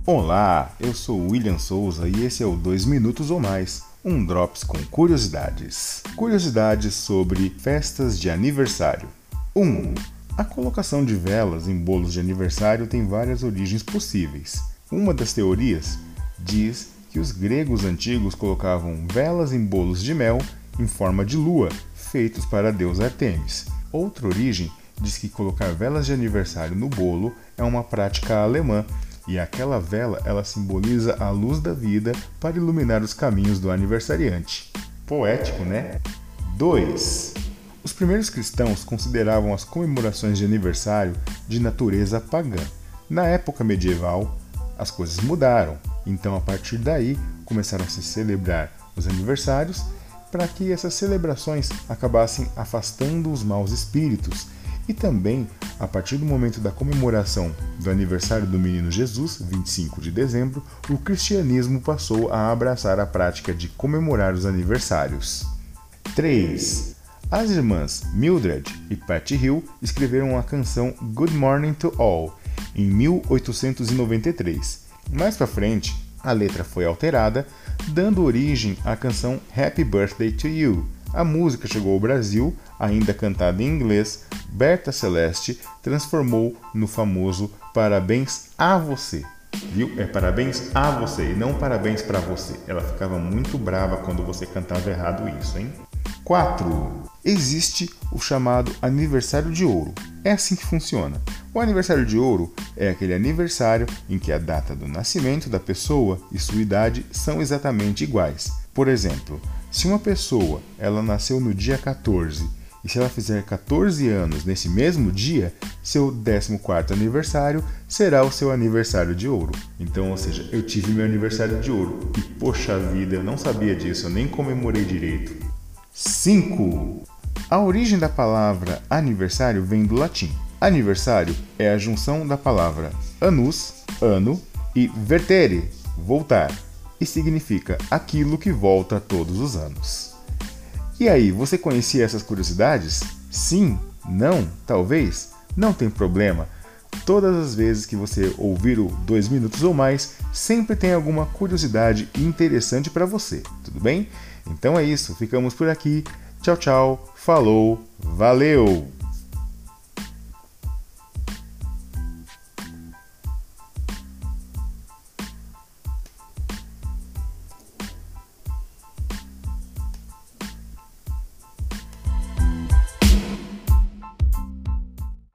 Olá, eu sou o William Souza e esse é o 2 Minutos ou Mais, um Drops com curiosidades. Curiosidades sobre festas de aniversário. 1. A colocação de velas em bolos de aniversário tem várias origens possíveis. Uma das teorias diz que os gregos antigos colocavam velas em bolos de mel em forma de lua, feitos para a deusa Artemis. Outra origem diz que colocar velas de aniversário no bolo é uma prática alemã, e aquela vela ela simboliza a luz da vida para iluminar os caminhos do aniversariante. Poético, né? 2. Os primeiros cristãos consideravam as comemorações de aniversário de natureza pagã. Na época medieval, as coisas mudaram, então a partir daí começaram a se celebrar os aniversários para que essas celebrações acabassem afastando os maus espíritos. E também, a partir do momento da comemoração do aniversário do menino Jesus, 25 de dezembro, o cristianismo passou a abraçar a prática de comemorar os aniversários. 3. As irmãs Mildred e Patty Hill escreveram a canção Good Morning to All em 1893. Mais para frente, a letra foi alterada, dando origem à canção Happy Birthday to You. A música chegou ao Brasil, ainda cantada em inglês. Berta Celeste transformou no famoso Parabéns a Você. Viu? É parabéns a você e não parabéns pra você. Ela ficava muito brava quando você cantava errado isso, hein? 4. Existe o chamado aniversário de ouro. É assim que funciona. O aniversário de ouro é aquele aniversário em que a data do nascimento da pessoa e sua idade são exatamente iguais. Por exemplo, se uma pessoa ela nasceu no dia 14 e se ela fizer 14 anos nesse mesmo dia, seu 14º aniversário será o seu aniversário de ouro. Então, ou seja, eu tive meu aniversário de ouro e poxa vida, eu não sabia disso, eu nem comemorei direito. 5. A origem da palavra aniversário vem do latim. Aniversário é a junção da palavra annus, ano, e vertere, voltar, e significa aquilo que volta todos os anos. E aí, você conhecia essas curiosidades? Sim? Não? Talvez? Não tem problema. Todas as vezes que você ouvir o 2 Minutos ou Mais, sempre tem alguma curiosidade interessante para você, tudo bem? Então é isso, ficamos por aqui. Tchau, tchau, falou, valeu!